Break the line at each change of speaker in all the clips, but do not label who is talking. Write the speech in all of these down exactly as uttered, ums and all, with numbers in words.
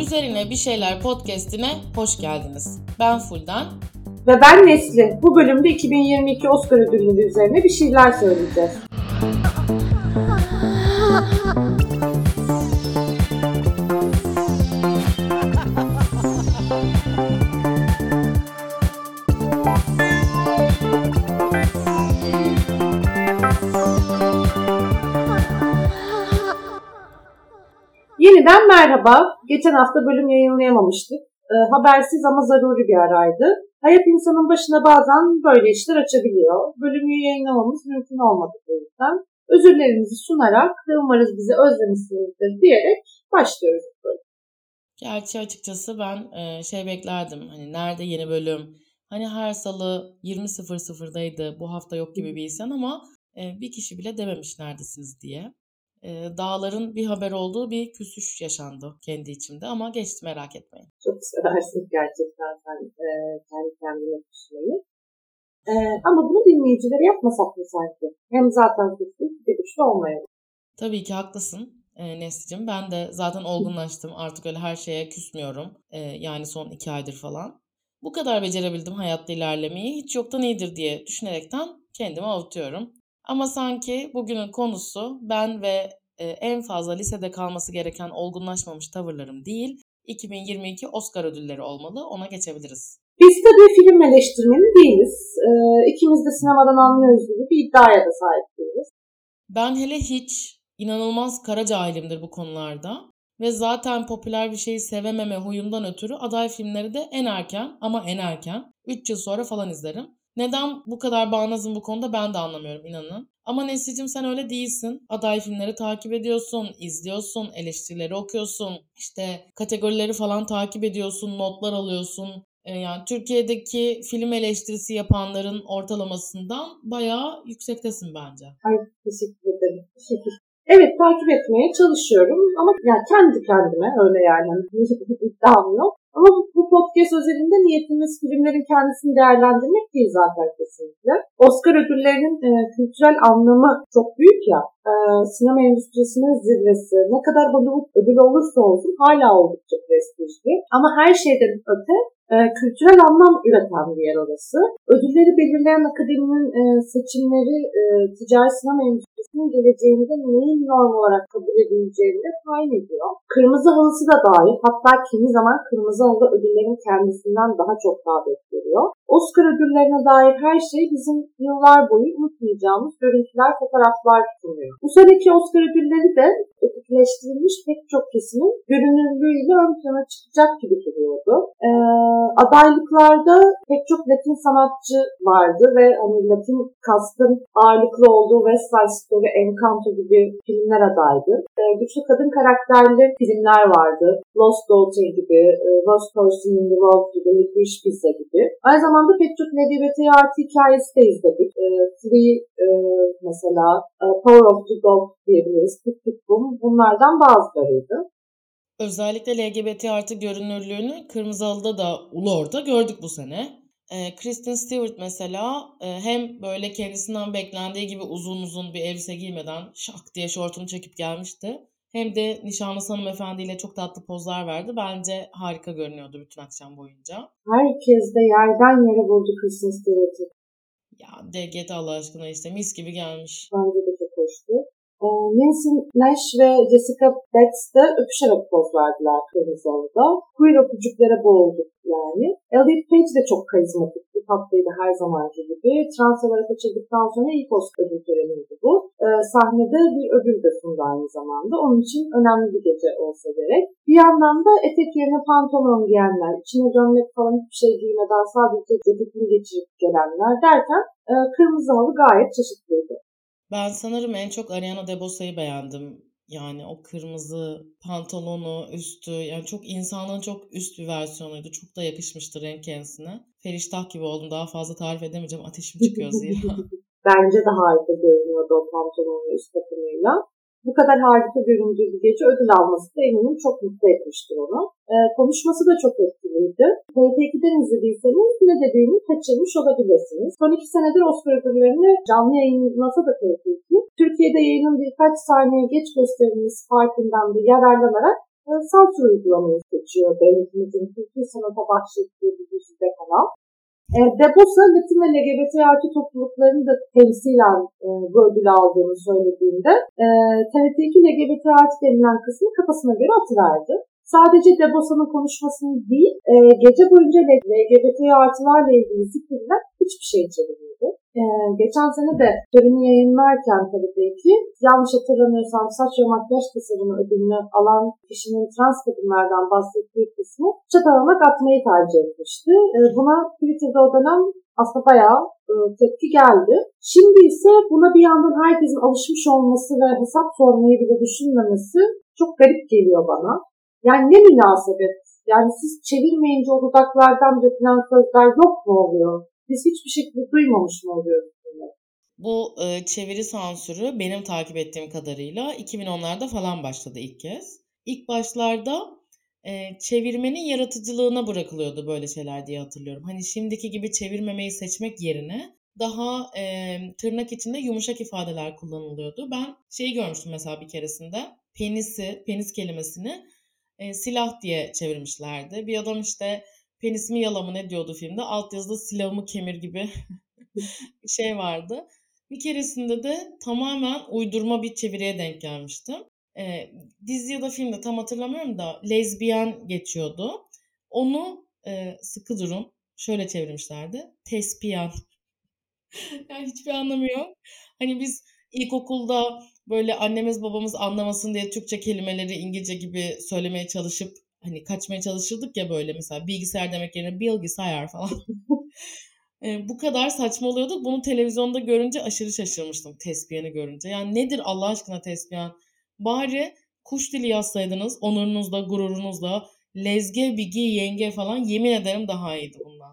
Üzerine Bir Şeyler Podcast'ine hoş geldiniz. Ben Fulden.
Ve ben Nesli. Bu bölümde iki bin yirmi iki Oscar ödülleri üzerine bir şeyler söyleyeceğiz. Yeniden merhaba. Geçen hafta bölüm yayınlayamamıştık. E, habersiz ama zaruri bir araydı. Hayat insanın başına bazen böyle işler açabiliyor. Bölümü yayınlamamız mümkün olmadı bu yüzden. Özürlerimizi sunarak ve umarız bizi özlemişsinizdir diyerek başlıyoruz böyle.
Gerçi açıkçası ben e, şey beklerdim. Hani nerede yeni bölüm? Hani her salı yirmi sıfır sıfırdaydı. Bu hafta yok gibi bir insan ama e, bir kişi bile dememiş neredesiniz diye. E, dağların bir haber olduğu bir küsüş yaşandı kendi içimde ama geçti, merak etmeyin.
Çok seversin gerçekten sen e, kendi kendine küsmeyi. E, ama bunu dinleyicilere yapmasak mı sanki? Hem zaten küstük bir güçlü olmayalım.
Tabii ki haklısın e, Nesli'cim. Ben de zaten olgunlaştım. Artık öyle her şeye küsmüyorum. E, yani son iki aydır falan. Bu kadar becerebildim hayatta ilerlemeyi. Hiç yoktan iyidir diye düşünerekten kendimi avutuyorum. Ama sanki bugünün konusu ben ve e, en fazla lisede kalması gereken olgunlaşmamış tavırlarım değil, iki bin yirmi iki Oscar ödülleri olmalı. Ona geçebiliriz.
Biz tabii film eleştirmeni değiliz. E, ikimiz de sinemadan anlıyoruz gibi bir iddiaya da sahip değiliz.
Ben hele hiç inanılmaz kara cahilimdir bu konularda. Ve zaten popüler bir şeyi sevememe huyumdan ötürü aday filmleri de en erken ama en erken üç yıl sonra falan izlerim. Neden bu kadar bağnazım bu konuda ben de anlamıyorum, inanın. Ama Nesli'cim sen öyle değilsin. Aday filmleri takip ediyorsun, izliyorsun, eleştirileri okuyorsun, işte kategorileri falan takip ediyorsun, notlar alıyorsun. Yani Türkiye'deki film eleştirisi yapanların ortalamasından bayağı yüksektesin bence.
Ay teşekkür ederim. Teşekkür. Evet, takip etmeye çalışıyorum ama yani kendi kendime öyle yani bir iddiam yok. Ama bu podcast özelinde niyetimiz filmlerin kendisini değerlendirmek değil zaten kesinlikle. Oscar ödüllerinin e, kültürel anlamı çok büyük ya. E, sinema endüstrisinin zirvesi. Ne kadar Hollywood ödülü olursa olsun hala oldukça prestijli. Ama her şeyden öte e, kültürel anlam üreten bir yer orası. Ödülleri belirleyen akademinin e, seçimleri e, ticari sinema endüstrisinin geleceğinde neyin norm olarak kabul edileceğini de tayin ediyor. Kırmızı halısı da dahil, hatta kimi zaman kırmızı halı ödüllerin kendisinden daha çok davet veriyor. Oscar ödüllerine dair her şey bizim yıllar boyu unutmayacağımız görüntüler, fotoğraflar sunuyor. Bu seneki Oscar ödülleri de ötekileştirilmiş pek çok kesimin görünürlüğüyle ön plana çıkacak gibi duruyordu. Ee, adaylıklarda pek çok Latin sanatçı vardı ve hani Latin kastın ağırlıklı olduğu West Side Story, Encanto gibi filmler adaydı. Ee, güçlü kadın karakterli filmler vardı. Lost Daughter gibi, Worst Person in the World gibi, Licorice Pizza gibi. Aynı zamanda pek çok L G B T artı hikayesi de izledik. Ee, Free e, mesela, Power of the Dog diyebiliriz. Tic Tic Boom bunlardan bazılarıydı.
Özellikle L G B T artı görünürlüğünü Kırmızı Halı'da da Ulor'da gördük bu sene. E, Kristen Stewart mesela e, hem böyle kendisinden beklendiği gibi uzun uzun bir elbise giymeden şak diye şortunu çekip gelmişti. Hem de nişanlısı hanımefendiyle çok tatlı pozlar verdi. Bence harika görünüyordu bütün akşam boyunca.
Herkes de yerden yere buldu Kristen Stewart'ı.
Ya de git Allah aşkına, işte mis gibi gelmiş.
Bence de çok hoştu. Nancy Nash ve Jessica Betts de öpüşerek poz verdiler Kırmızı Halı'da. Queer öpücüklere boğulduk yani. Elliot Page de çok karizmatik bir tatlıydı her zamanki gibi. Trans olarak açıldıktan sonra ilk Oscar ödül töreniydi bu. Ee, sahnede bir ödül de sundu aynı zamanda. Onun için önemli bir gece olsa gerek. Bir yandan da etek yerine pantolon giyenler, içine gömlek falan hiçbir şey giymeden sadece ceketini geçirip gelenler derken e, Kırmızı Halı gayet çeşitliydi.
Ben sanırım en çok Ariana DeBosa'yı beğendim. Yani o kırmızı pantolonu, üstü, yani çok insanlığın çok üst bir versiyonuydu. Çok da yakışmıştı renk kendisine. Feriştah gibi oldum. Daha fazla tarif edemeyeceğim. Ateşim çıkıyor zira.
Bence de harika görünüyordu o pantolonun üst takımıyla. Bu kadar harika göründüğü bir gece ödül alması da eminim çok mutlu etmiştir onu. Ee, konuşması da çok etkiliydi. T T ikiden izlediyseniz ne dediğini kaçırmış olabilirsiniz. Son iki senedir Oscar ödüllerini canlı yayınlasa da T T iki, Türkiye'de yayının birkaç saniye geç gösterilmesi farkından da yararlanarak e, sansür uygulamayı seçiyor devletimizin kültür sanata bahşettiği bir güzide kanal. E, Debosa, Latin ve L G B T artı topluluklarını da temsilen e, bu ödülü aldığını söylediğinde e, T R T iki L G B T artı denilen kısmı kafasına göre atıverdi. Sadece Debosa'nın konuşmasını değil, e, gece boyunca L G B T artılarla ilgili zikirler hiçbir şey içeriyordu. E, geçen sene de töreni yayınlarken T R T iki, yanlış hatırlamıyorsam saç ve makyaj tasarımı ödülünü alan kişinin trans kadınlardan bahsettiği kısmı çatalamak atmayı tercih etmişti. E, buna Twitter'da o dönem aslında bayağı e, tepki geldi. Şimdi ise buna bir yandan herkesin alışmış olması ve hesap sormayı bile düşünmemesi çok garip geliyor bana. Yani ne münasebet? Yani siz çevirmeyince o dudaklardan dökülen sözler yok mu oluyor? Biz hiçbir şekilde duymamış mı oluyoruz bunu?
Bu e, çeviri sansürü benim takip ettiğim kadarıyla iki bin onlarda falan başladı ilk kez. İlk başlarda e, çevirmenin yaratıcılığına bırakılıyordu böyle şeyler diye hatırlıyorum. Hani şimdiki gibi çevirmemeyi seçmek yerine daha e, tırnak içinde yumuşak ifadeler kullanılıyordu. Ben şeyi görmüştüm mesela bir keresinde. Penisi, penis kelimesini e, silah diye çevirmişlerdi. Bir adam işte penisimi yalamı ne diyordu filmde? Altyazıda silahımı kemir gibi bir şey vardı. Bir keresinde de tamamen uydurma bir çeviriye denk gelmiştim. E, dizi ya da filmde tam hatırlamıyorum da lezbiyen geçiyordu. Onu e, sıkı durun şöyle çevirmişlerdi. Tespiyan. Yani hiçbir anlamı yok. Hani biz ilkokulda böyle annemiz babamız anlamasın diye Türkçe kelimeleri İngilizce gibi söylemeye çalışıp hani kaçmaya çalışırdık ya böyle mesela bilgisayar demek yerine bilgisayar falan. E, bu kadar saçma oluyordu. Bunu televizyonda görünce aşırı şaşırmıştım tespiyanı görünce. Yani nedir Allah aşkına tespiyan? Bari kuş dili yazsaydınız onurunuzla, gururunuzla, lezge, bigi, yenge falan yemin ederim daha iyiydi bundan.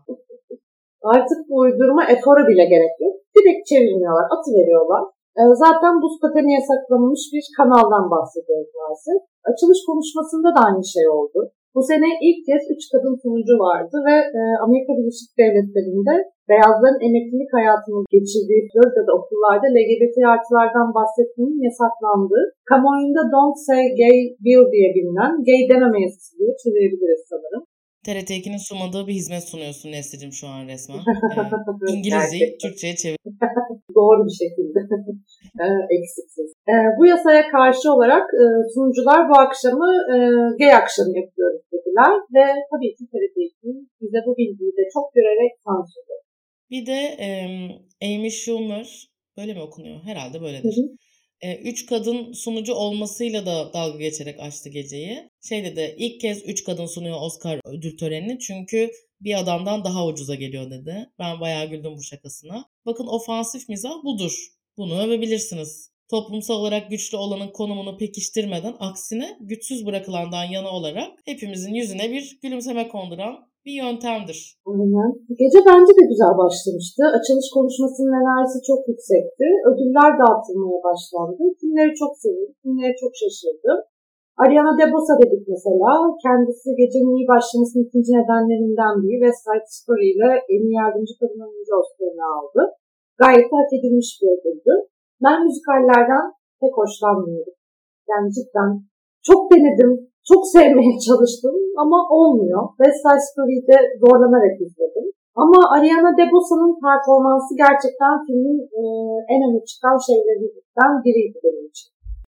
Artık bu uydurma efora bile gerek yok. Direkt çevirmiyorlar, atıveriyorlar. Ee, zaten buz pateni yasaklanmış bir kanaldan bahsediyoruz maalesef. Açılış konuşmasında da aynı şey oldu. Bu sene ilk kez üç kadın sunucu vardı ve e, Amerika Birleşik Devletleri'nde beyazların emeklilik hayatını geçirdiği Florida'da okullarda L G B T artılardan bahsetmenin yasaklandığı, kamuoyunda Don't Say Gay Bill diye bilinen gay deneme yasası diye çevirebiliriz sanırım.
T R T ikinin sunmadığı bir hizmet sunuyorsun Nesli'cim şu an resmen. Ee, İngilizceyi Türkçe'ye çevir.
Doğru bir şekilde. e, eksiksiz. E, bu yasaya karşı olarak e, sunucular bu akşamı e, gay akşamı yapıyoruz dediler ve tabii ki T R T ikinin bize bu bilgiyi de çok görerek sansürledi.
Bir de e, Amy Schumer, böyle mi okunuyor? Herhalde böyledir. Hı hı. Üç kadın sunucu olmasıyla da dalga geçerek açtı geceyi. Şey dedi, ilk kez üç kadın sunuyor Oscar ödül törenini çünkü bir adamdan daha ucuza geliyor dedi. Ben bayağı güldüm bu şakasına. Bakın ofansif mizah budur. Bunu övebilirsiniz. Toplumsal olarak güçlü olanın konumunu pekiştirmeden aksine güçsüz bırakılandan yana olarak hepimizin yüzüne bir gülümseme konduran bir yöntemdir.
Aynen. Gece bence de güzel başlamıştı. Açılış konuşmasının enerjisi çok yüksekti. Ödüller dağıtılmaya başlandı. Kimleri çok sevdi, kimleri çok şaşırdı. Ariana DeBosa dedik mesela. Kendisi gecenin iyi başlamasının ikinci nedenlerinden biri West Side Story ile en iyi yardımcı kadın oyuncu Oscar'ını aldı. Gayet hak edilmiş bir ödüldü. Ben müzikallerden pek hoşlanmıyorum. Yani cidden çok denedim. Çok sevmeye çalıştım ama olmuyor. West Side Story'de zorlanarak izledim. Ama Ariana DeBosa'nın performansı gerçekten filmin e, en öne çıkan şeylerinden biriydi benim için.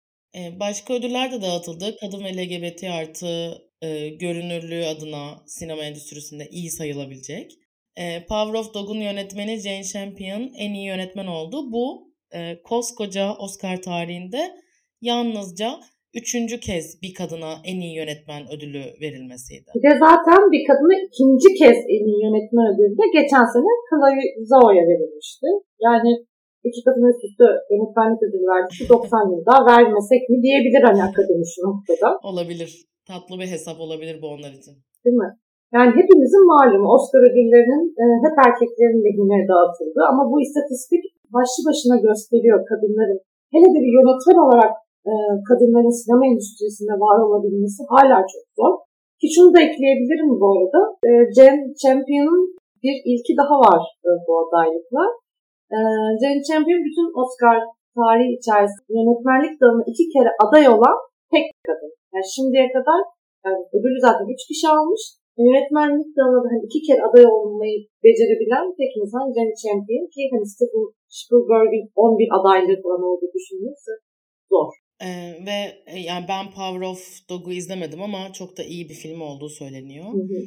Başka ödüller de dağıtıldı. Kadın ve L G B T artı e, görünürlüğü adına sinema endüstrisinde iyi sayılabilecek. E, Power of Dog'un yönetmeni Jane Campion en iyi yönetmen oldu. Bu e, koskoca Oscar tarihinde yalnızca üçüncü kez bir kadına en iyi yönetmen ödülü verilmesiydi.
Bir de zaten bir kadına ikinci kez en iyi yönetmen ödülü de geçen sene Chloe Zhao'ya verilmişti. Yani iki kadın üst üste yönetmenlik ödülü verdi. doksan yılda vermesek mi diyebilir hani akademi şu noktada.
Olabilir. Tatlı bir hesap olabilir bu onlar için.
Değil mi? Yani hepimizin malumu Oscar ödüllerinin e, hep erkeklerin lehine dağıtıldı. Ama bu istatistik başlı başına gösteriyor kadınların. Hele de bir yönetmen olarak e, kadınların sinema endüstrisinde var olabilmesi hala çok zor. Ki şunu da ekleyebilirim bu arada. E, Jane Campion'ın bir ilki daha var e, bu adaylıkla. E, Jane Campion bütün Oscar tarihi içerisinde yönetmenlik dalına iki kere aday olan tek bir kadın. Yani şimdiye kadar yani ödülü zaten üç kişi almış. Yönetmenlik dalında hani iki kere aday olmayı becerebilen tek insan Jenny Champion ki hani Steven Spielberg'in on bir adaylığı falan olduğu düşünülürse zor.
Ee, ve yani ben Power of Dog'u izlemedim ama çok da iyi bir film olduğu söyleniyor.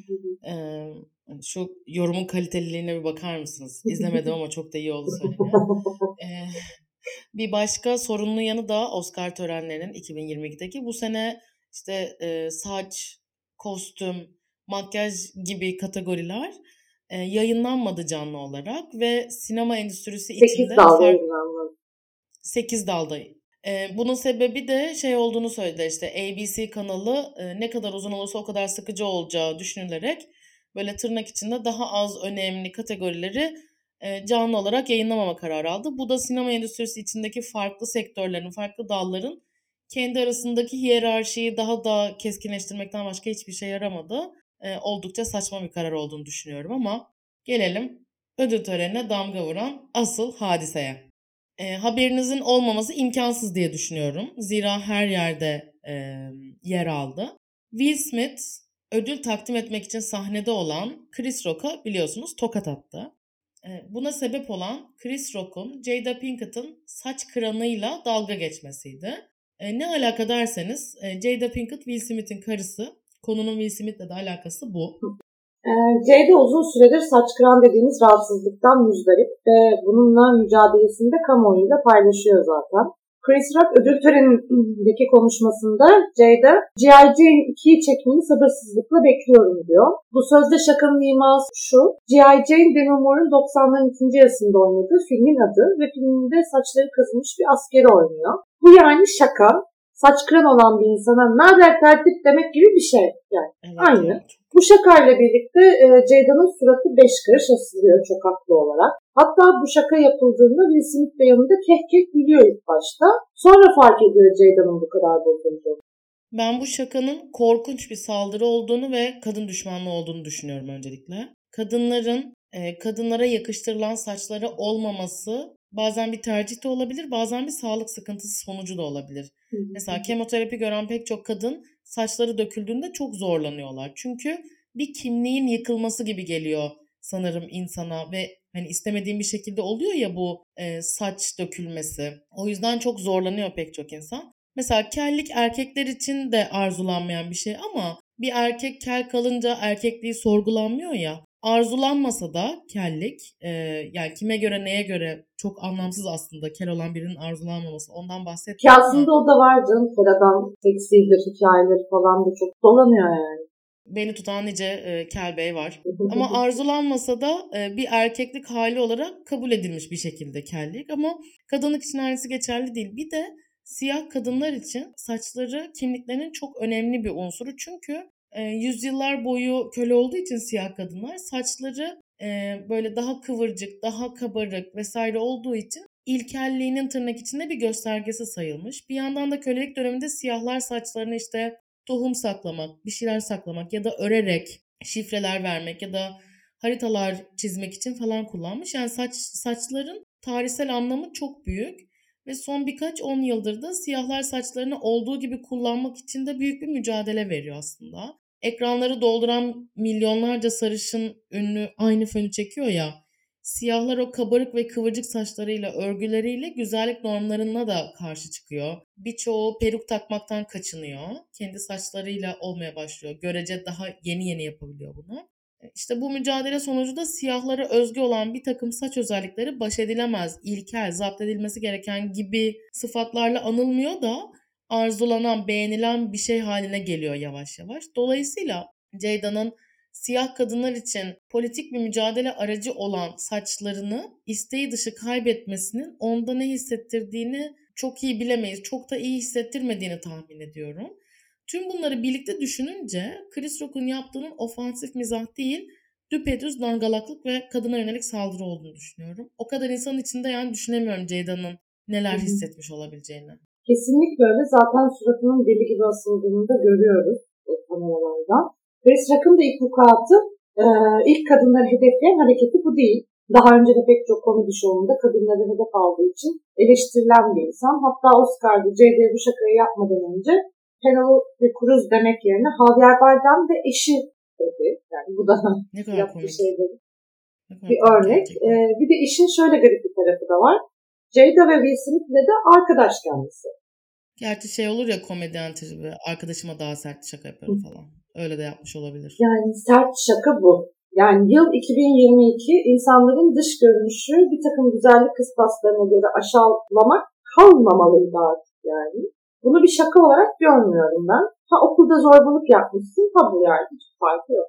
Ee, şu yorumun kaliteliliğine bir bakar mısınız? İzlemedim ama çok da iyi olduğu söyleniyor. Ee, bir başka sorunlu yanı da Oscar törenlerinin iki bin yirmi ikideki bu sene işte e, saç, kostüm, makyaj gibi kategoriler e, yayınlanmadı canlı olarak ve sinema endüstrisi içinde
fark...
sekiz dalda. E, bunun sebebi de şey olduğunu söyledi, işte A B C kanalı e, ne kadar uzun olursa o kadar sıkıcı olacağı düşünülerek böyle tırnak içinde daha az önemli kategorileri e, canlı olarak yayınlamama kararı aldı. Bu da sinema endüstrisi içindeki farklı sektörlerin, farklı dalların kendi arasındaki hiyerarşiyi daha da keskinleştirmekten başka hiçbir şey yaramadı. E, oldukça saçma bir karar olduğunu düşünüyorum ama gelelim ödül törenine damga vuran asıl hadiseye. E, haberinizin olmaması imkansız diye düşünüyorum. Zira her yerde e, yer aldı. Will Smith ödül takdim etmek için sahnede olan Chris Rock'a biliyorsunuz tokat attı. E, buna sebep olan Chris Rock'un Jada Pinkett'ın saç kıranıyla dalga geçmesiydi. E, ne alaka derseniz e, Jada Pinkett Will Smith'in karısı. Konunun Will Smith'le de alakası bu.
Jada uzun süredir saç kıran dediğimiz rahatsızlıktan müzdarip ve bununla mücadelesini de kamuoyuyla paylaşıyor zaten. Chris Rock ödül törenindeki konuşmasında Jada, G I. Jane ikiyi çekimini sabırsızlıkla bekliyorum diyor. Bu sözde şakanın iması şu, G I. Jane Demi Moore'un doksanların ikinci yarısında oynadığı filmin adı ve filminde saçları kazımış bir askeri oynuyor. Bu yani şaka. Saç kıran olan bir insana naber tertip demek gibi bir şey. Yani evet, aynı. Evet. Bu şakayla birlikte e, Jada'nın suratı beş karış asılıyor çok haklı olarak. Hatta bu şaka yapıldığında Will Smith de yanında keh keh gülüyor ilk başta. Sonra fark ediyor Jada'nın bu kadar bozulduğunu.
Ben bu şakanın korkunç bir saldırı olduğunu ve kadın düşmanlığı olduğunu düşünüyorum öncelikle. Kadınların e, kadınlara yakıştırılan saçları olmaması bazen bir tercih de olabilir, bazen bir sağlık sıkıntısı sonucu da olabilir. Hı hı. Mesela kemoterapi gören pek çok kadın saçları döküldüğünde çok zorlanıyorlar. Çünkü bir kimliğin yıkılması gibi geliyor sanırım insana ve hani istemediğim bir şekilde oluyor ya bu e, saç dökülmesi. O yüzden çok zorlanıyor pek çok insan. Mesela kellik erkekler için de arzulanmayan bir şey ama bir erkek kel kalınca erkekliği sorgulanmıyor ya. Arzulanmasa da kellik, e, yani kime göre neye göre çok anlamsız aslında kel olan birinin arzulanmaması, ondan bahsetmiyorum.
Ki aslında o da var canım, sıradan seksidir hikayeleri falan da çok dolanıyor yani.
Beni tutan nice e, kel bey var. Ama arzulanmasa da e, bir erkeklik hali olarak kabul edilmiş bir şekilde kellik. Ama kadınlık için aynısı geçerli değil. Bir de siyah kadınlar için saçları kimliklerinin çok önemli bir unsuru. Çünkü e, yüzyıllar boyu köle olduğu için siyah kadınlar saçları e, böyle daha kıvırcık, daha kabarık vesaire olduğu için ilkelliğinin tırnak içinde bir göstergesi sayılmış. Bir yandan da kölelik döneminde siyahlar saçlarını işte tohum saklamak, bir şeyler saklamak ya da örerek şifreler vermek ya da haritalar çizmek için falan kullanmış. Yani saç saçların tarihsel anlamı çok büyük ve son birkaç on yıldır da siyahlar saçlarını olduğu gibi kullanmak için de büyük bir mücadele veriyor aslında. Ekranları dolduran milyonlarca sarışın ünlü aynı fönü çekiyor ya. Siyahlar o kabarık ve kıvırcık saçlarıyla, örgüleriyle güzellik normlarına da karşı çıkıyor. Birçoğu peruk takmaktan kaçınıyor. Kendi saçlarıyla olmaya başlıyor. Görece daha yeni yeni yapabiliyor bunu. İşte bu mücadele sonucu da siyahlara özgü olan bir takım saç özellikleri baş edilemez, ilkel, zapt edilmesi gereken gibi sıfatlarla anılmıyor da arzulanan, beğenilen bir şey haline geliyor yavaş yavaş. Dolayısıyla Jada'nın siyah kadınlar için politik bir mücadele aracı olan saçlarını isteği dışı kaybetmesinin onda ne hissettirdiğini çok iyi bilemeyiz. Çok da iyi hissettirmediğini tahmin ediyorum. Tüm bunları birlikte düşününce Chris Rock'un yaptığının ofansif mizah değil, düpedüz dangalaklık ve kadına yönelik saldırı olduğunu düşünüyorum. O kadar insanın içinde yani düşünemiyorum Jada'nın neler hissetmiş olabileceğini.
Kesinlikle öyle. Zaten suratının deli gibi asıldığını da görüyoruz o kameralardan. Chris Rock'ın da ilk vukuatı, e, ilk kadınları hedefleyen hareketi bu değil. Daha önce de pek çok komedi şovunda kadınları hedef aldığı için eleştirilen bir insan. Hatta Oscar'da Jada'ya bu şakayı yapmadan önce Penelope Cruz demek yerine Javier Bardem ve eşi dedi. Yani bu da yaptığı şeyleri bir örnek. Ee, bir de işin şöyle garip bir tarafı da var. Jada ve Will Smith'le de arkadaş kendisi.
Gerçi şey olur ya, komedyen tipi, arkadaşıma daha sert şaka yaparım falan. Öyle de yapmış olabilir.
Yani sert şaka bu. Yani yıl iki bin yirmi iki, insanların dış görünüşü bir takım güzellik kıstaslarına göre aşağılamak kalmamalıydı artık yani. Bunu bir şaka olarak görmüyorum ben. Ha okulda zorbalık yapmışsın, ha bu yani hiç farkı yok.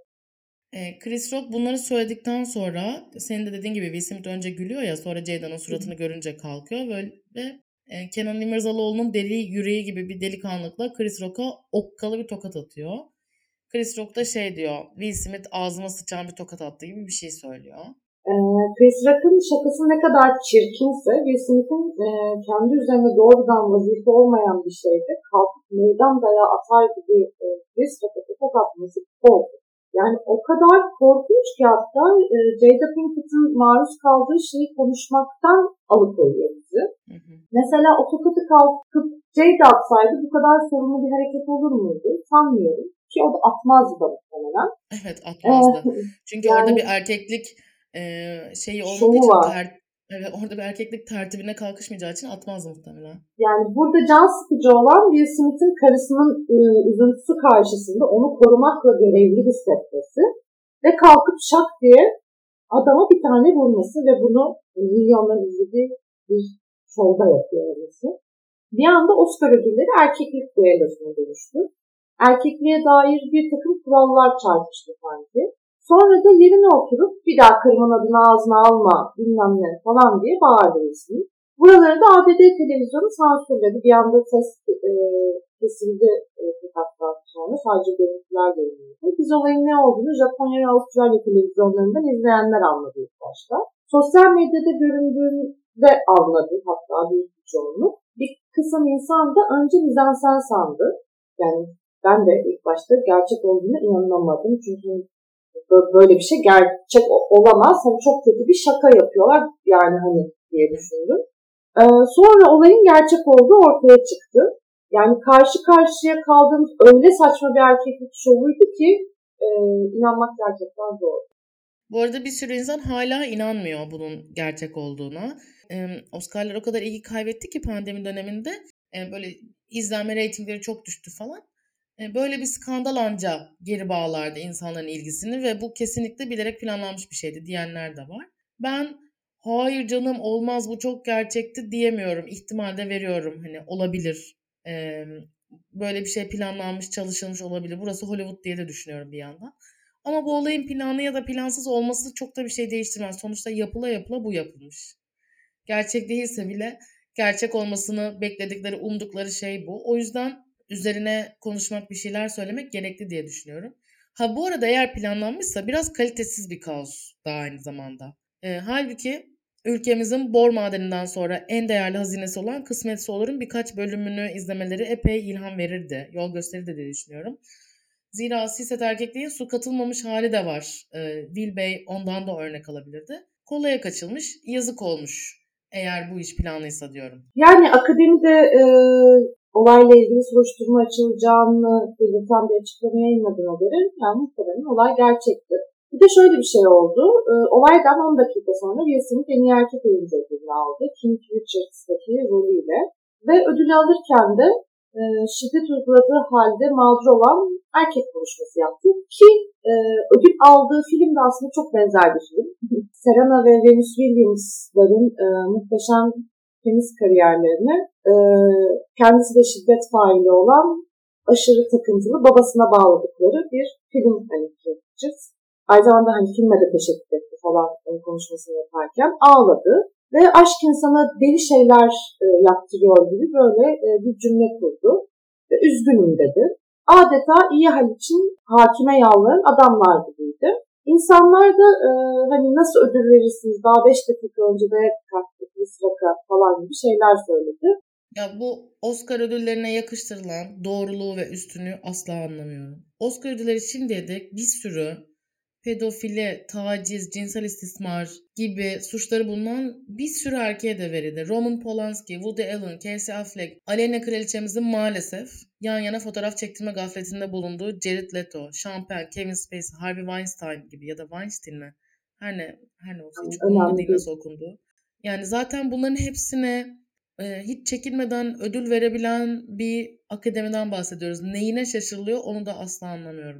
Chris Rock bunları söyledikten sonra, senin de dediğin gibi Will Smith önce gülüyor ya, sonra Jada'nın suratını görünce kalkıyor böyle ve Kenan İmirzalıoğlu'nun deli yüreği gibi bir delikanlıkla Chris Rock'a okkalı bir tokat atıyor. Chris Rock da şey diyor, Will Smith ağzıma sıçan bir tokat attı gibi bir şey söylüyor.
Ee, Chris Rock'ın şakası ne kadar çirkinse, Will Smith'in e, kendi üzerine doğrudan vazife olmayan bir şeyde kalkıp meydan dayağı atar gibi e, Chris Rock'a tokat atması korkunç. Yani o kadar korkunç ki hatta e, Jada Pinkett'in maruz kaldığı şeyi konuşmaktan alıkoyuyor bizi. Hı hı. Mesela o tokatı kalkıp Jada atsaydı bu kadar sorunlu bir hareket olur muydu? Sanmıyorum. Ki o da atmazdı da muhtemelen.
Evet, atmazdı. Ee, Çünkü yani, orada bir erkeklik e, şeyi olmadığı için ter, evet, orada bir erkeklik tertibine kalkışmayacağı için atmazdı muhtemelen.
Yani burada can sıkıcı olan Will Smith'in karısının e, üzüntüsü karşısında onu korumakla görevli hissetmesi ve kalkıp şak diye adama bir tane vurması ve bunu milyonların izlediği bir şovda yapıyor olması. Bir anda Oscar ödülleri erkeklik düellosuna dönüştü. Erkekliğe dair bir takım kurallar çarpıştı sanki. Sonra da yerine oturup bir daha karımın adını ağzına alma bilmem ne falan diye bağırdı ismi. Buraları da A B D televizyonu sansürledi. Bir anda ses e, kesildi e, fakat sonra sadece görüntüler görünüyordu. Biz olayın ne olduğunu Japonya ve Avustralya televizyonlarından izleyenler anladı ilk başta. Sosyal medyada göründüğünde anladı hatta büyük bir çoğunluk. Bir kısım insan da önce mizansen sandı. Yani ben de ilk başta gerçek olduğuna inanamadım. Çünkü böyle bir şey gerçek olamaz. Hani çok kötü bir şaka yapıyorlar yani hani diye düşündüm. Ee, sonra olayın gerçek olduğu ortaya çıktı. Yani karşı karşıya kaldığımız öyle saçma bir erkeklik şovuydu ki e, inanmak gerçekten zor.
Bu arada bir sürü insan hala inanmıyor bunun gerçek olduğuna. Ee, Oscar'lar o kadar ilgi kaybetti ki pandemi döneminde e, böyle izlenme reytingleri çok düştü falan. E, böyle bir skandal anca geri bağlardı insanların ilgisini ve bu kesinlikle bilerek planlanmış bir şeydi diyenler de var. Ben hayır canım olmaz bu çok gerçekti diyemiyorum. İhtimal de veriyorum, hani olabilir. Ee, böyle bir şey planlanmış, çalışılmış olabilir. Burası Hollywood diye de düşünüyorum bir yandan. Ama bu olayın planlı ya da plansız olması çok da bir şey değiştirmez. Sonuçta yapıla yapıla bu yapılmış. Gerçek değilse bile gerçek olmasını bekledikleri, umdukları şey bu. O yüzden üzerine konuşmak, bir şeyler söylemek gerekli diye düşünüyorum. Ha bu arada eğer planlanmışsa biraz kalitesiz bir kaos da aynı zamanda. E, halbuki ülkemizin bor madeninden sonra en değerli hazinesi olan Kısmetse Olur'un birkaç bölümünü izlemeleri epey ilham verirdi, yol gösterirdi diye düşünüyorum. Zira siyaset erkekliğin su katılmamış hali de var. E, Will Bey ondan da örnek alabilirdi. Kolaya kaçılmış, yazık olmuş eğer bu iş planlıysa diyorum.
Yani akademide e, olayla ilgili soruşturma açılacağını belirten bir açıklama yayınladığına göre yani muhtemelen olay gerçekti. Bir de şöyle bir şey oldu. E, olaydan on dakika sonra Will Smith en iyi erkek oyuncu ödülünü aldı. King Richards'daki rolüyle. Ve ödülü alırken de e, şiddet uyguladığı halde mağdur olan erkek konuşması yaptı. Ki e, ödül aldığı film de aslında çok benzer bir film. Serena ve Venus Williams'ların e, muhteşem tenis kariyerlerini e, kendisi de şiddet faili olan aşırı takıntılı babasına bağladıkları bir film. Hani aynı zamanda hani filme de teşekkür etti falan konuşmasını yaparken ağladı. Ve aşk insana deli şeyler e, yaptırıyor gibi böyle e, bir cümle kurdu. Ve üzgünüm dedi. Adeta iyi hal için hakime yalvaran adamlar gibiydi. İnsanlar da e, hani nasıl ödül verirsiniz daha beş dakika önce de kalktık bir sıra falan gibi şeyler söyledi.
Ya bu Oscar ödüllerine yakıştırılan doğruluğu ve üstünlüğü asla anlamıyorum. Oscar ödülleri şimdiye dek bir sürü pedofili, taciz, cinsel istismar gibi suçları bulunan bir sürü erkeğe de verildi. Roman Polanski, Woody Allen, Casey Affleck, Aleyna Kraliçemizin maalesef yan yana fotoğraf çektirme gafletinde bulunduğu Jared Leto, Sean Penn, Kevin Spacey, Harvey Weinstein gibi ya da Weinstein mi? Her ne, her ne olsa hiç umurumda değil nasıl okunduğu. Yani zaten bunların hepsine e, hiç çekinmeden ödül verebilen bir akademiden bahsediyoruz. Neyine şaşırılıyor onu da asla anlamıyorum.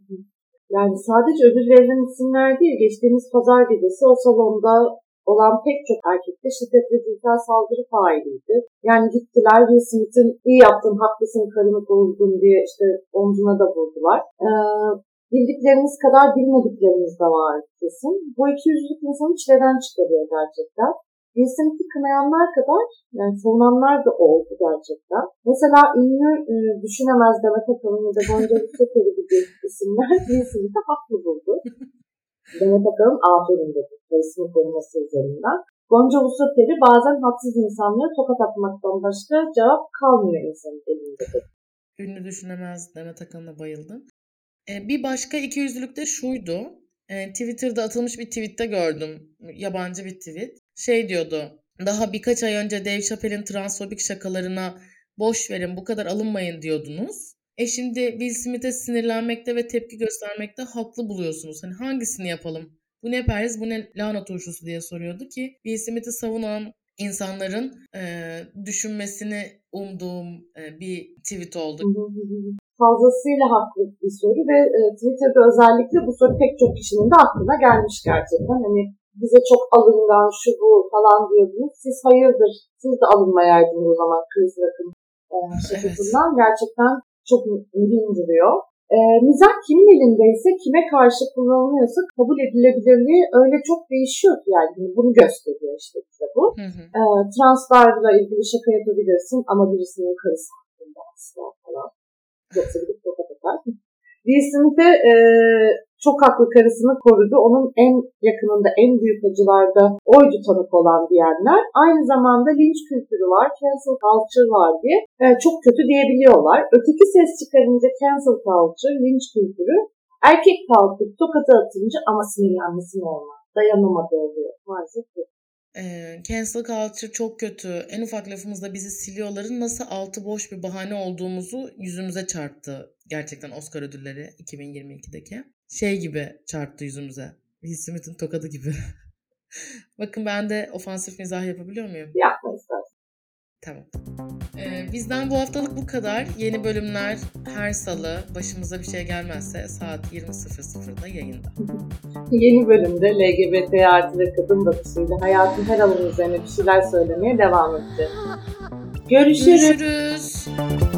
Yani sadece ödül verilen isimler değil, geçtiğimiz pazar gecesi o salonda olan pek çok erkekte şiddet ve cinsel saldırı failiydi. Yani gittiler Will Smith'in iyi yaptın, haklısın, karını koruldun diye işte omzuna da vurdular. Ee, bildiklerimiz kadar bilmediklerimiz de var kesin. Bu iki yüzlülük insanı çileden çıkarıyor gerçekten. Will Smith'i kınayanlar kadar yani savunanlar da oldu gerçekten. Mesela ünlü e, düşünemez Demet Akalın ya da Gonca Vuslateli gibi isimler Will Smith'i haklı buldu. Demet Akalın aferin dedi karısını koruması üzerinden. Gonca Vuslateli bazen haksız insanlara tokat atmaktan başka cevap kalmıyor insanın elinde dedi.
Ünlü düşünemez Demet Akalın'a bayıldım. Ee, bir başka ikiyüzlülük de şuydu. Ee, Twitter'da atılmış bir tweette gördüm. Yabancı bir tweet. Şey diyordu. Daha birkaç ay önce Dave Chappelle'in transfobik şakalarına boş verin bu kadar alınmayın diyordunuz. E şimdi Will Smith'e sinirlenmekte ve tepki göstermekte haklı buluyorsunuz. Hani hangisini yapalım? Bu ne perhiz, bu ne lahana turşusu diye soruyordu ki Will Smith'i savunan insanların e, düşünmesini umduğum e, bir tweet oldu.
Fazlasıyla haklı bir soru ve e, Twitter'da özellikle bu soru pek çok kişinin de aklına gelmiş gerçekten. Hani bize çok alıngan, şu bu falan diyordunuz. Siz hayırdır, siz de alınmayaydınız o zaman Chris Rock'ın e, şakasından. Evet. Gerçekten çok mühim duruyor. E, mizah kimin elindeyse, kime karşı kullanılıyorsa kabul edilebilirliği öyle çok değişiyor ki yani. Bunu gösteriyor işte bize bu. Hı hı. E, translarla ilgili şaka yapabilirsin ama birisinin karısı hakkında asla falan. Yoksa gidip tokat atar. Will Smith'e e, çok haklı karısını korudu. Onun en yakınında, en büyük acılarda oydu tanık olan diyenler. Aynı zamanda linç kültürü var, cancel culture var diye e, çok kötü diyebiliyorlar. Öteki ses çıkarınca cancel culture, linç kültürü, erkek kalkıp tokatı atınca ama sinirlenmesi normal. Dayanamadı oluyor. Maalesef bu.
E, cancel culture çok kötü. En ufak lafımızda bizi siliyorların nasıl altı boş bir bahane olduğumuzu yüzümüze çarptı. Gerçekten Oscar ödülleri iki bin yirmi ikideki. Şey gibi çarptı yüzümüze. Will Smith'in tokadı gibi. Bakın ben de ofansif mizah yapabiliyor muyum?
Yapma istersen.
Tamam. Ee, bizden bu haftalık bu kadar. Yeni bölümler her salı. Başımıza bir şey gelmezse saat yirmi sıfır sıfırda yayında.
Yeni bölümde L G B T artı ve kadın bakışıyla hayatın her alanı üzerine bir şeyler söylemeye devam edeceğiz. Görüşürüz.
Görüşürüz.